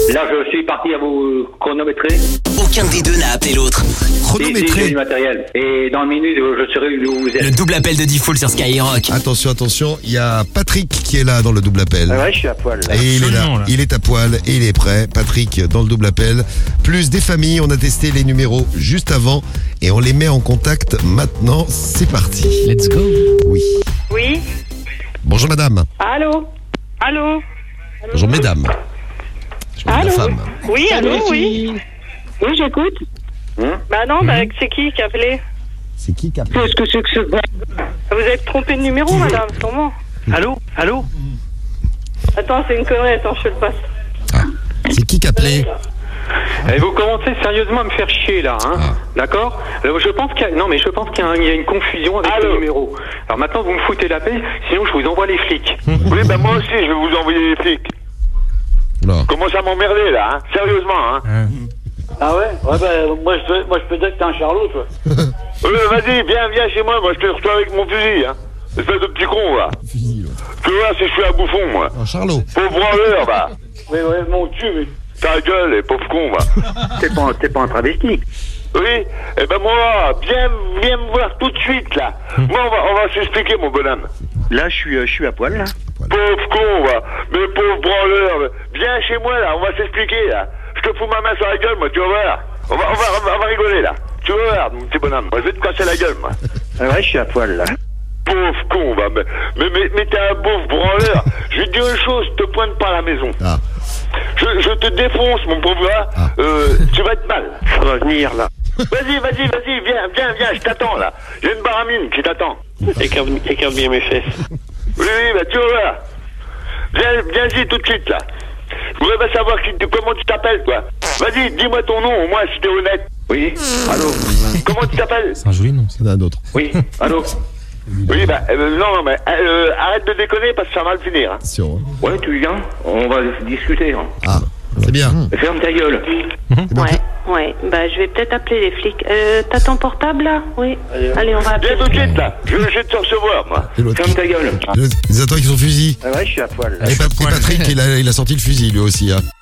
Là, je suis parti à vous chronométrer. Aucun des deux n'a appelé l'autre. J'ai Chronométré. du matériel. Et dans le minute, je serai où vous Le êtes. double appel de Diffoul sur Skyrock. Attention, il y a Patrick qui est là dans le double appel. Ouais, je suis à poil. Là. Et il est là, Absolument, là. il est à poil et il est prêt. Patrick dans le double appel. Plus des familles, on a testé les numéros juste avant et on les met en contact maintenant. C'est parti. Let's go. Oui. Oui. Bonjour madame. Allô. Allô. Bonjour mesdames. Je suis la Allô. femme. Oui, allô, oui. Oui, j'écoute. Bah non, c'est qui a appelé? C'est qui qui a Qu'est-ce que c'est que ce... Vous êtes trompé de numéro, madame, sûrement. Allô? Allô? Attends, c'est une connerie, attends, je te le passe. C'est qui appelé? Et vous commencez sérieusement à me faire chier là, hein. D'accord. Je pense qu'il y a... Non mais je pense qu'il y a une confusion avec le numéro. Alors maintenant vous me foutez la paix, sinon je vous envoie les flics. Oui, ben moi aussi, je vais vous envoyer les flics. Là. Commence à m'emmerder, là, hein. Sérieusement, hein. Ah ouais? Ouais, ben, moi, je peux dire que t'es un charlot, toi. Vas-y, viens chez moi je te reçois avec mon fusil, hein. Espèce de petit con, va. Tu vois, si je suis un bouffon, moi. Oh, Charlot. Pauvre branleur, va. Ouais, mon cul, mais... Ta gueule, les pauvres con, va. T'es pas un travesti. Oui, eh ben moi, viens me voir tout de suite, là. Moi, on va s'expliquer, mon bonhomme. Là, je suis à poil, là. Pauvre con, va. Mais pauvre branleur. Viens chez moi, là, on va s'expliquer, là. Je te fous ma main sur la gueule, moi, tu vas voir. On va rigoler, là. Tu vas voir, mon petit bonhomme. Moi, je vais te casser la gueule, moi. Ouais, je suis à poil, là. Pauvre con, va. Mais t'es un pauvre branleur. Je vais te dire une chose, te pointe pas à la maison. Ah. Je te défonce, mon pauvre gars. Tu vas être mal. Ça va venir, là. Vas-y, viens, je t'attends, là. J'ai une baramine qui t'attend. Écarte bien mes fesses. Oui, bah tu vas voir. Viens-y tout de suite, là. Je voudrais pas savoir comment tu t'appelles, toi. Vas-y, dis-moi ton nom, au moins, si t'es honnête. Oui. Allô. Comment tu t'appelles? C'est un joli nom. C'est un autre. Oui. Allô. Oui, bah, non, mais arrête de déconner parce que ça va mal finir. Hein. Attention, hein. Ouais, tu viens. On va discuter. Hein. Ah, c'est bien. Ferme ta gueule. Ouais, bah je vais peut-être appeler les flics. T'as ton portable, là? Oui. Allez, on va appeler. Viens tout de suite, là. Je vais te recevoir, moi. Et l'autre Ferme ta gueule. Ils attendent qu'ils ont fusil. Ah ouais, je suis à poil, là. Et Patrick, il a sorti le fusil lui aussi. Hein.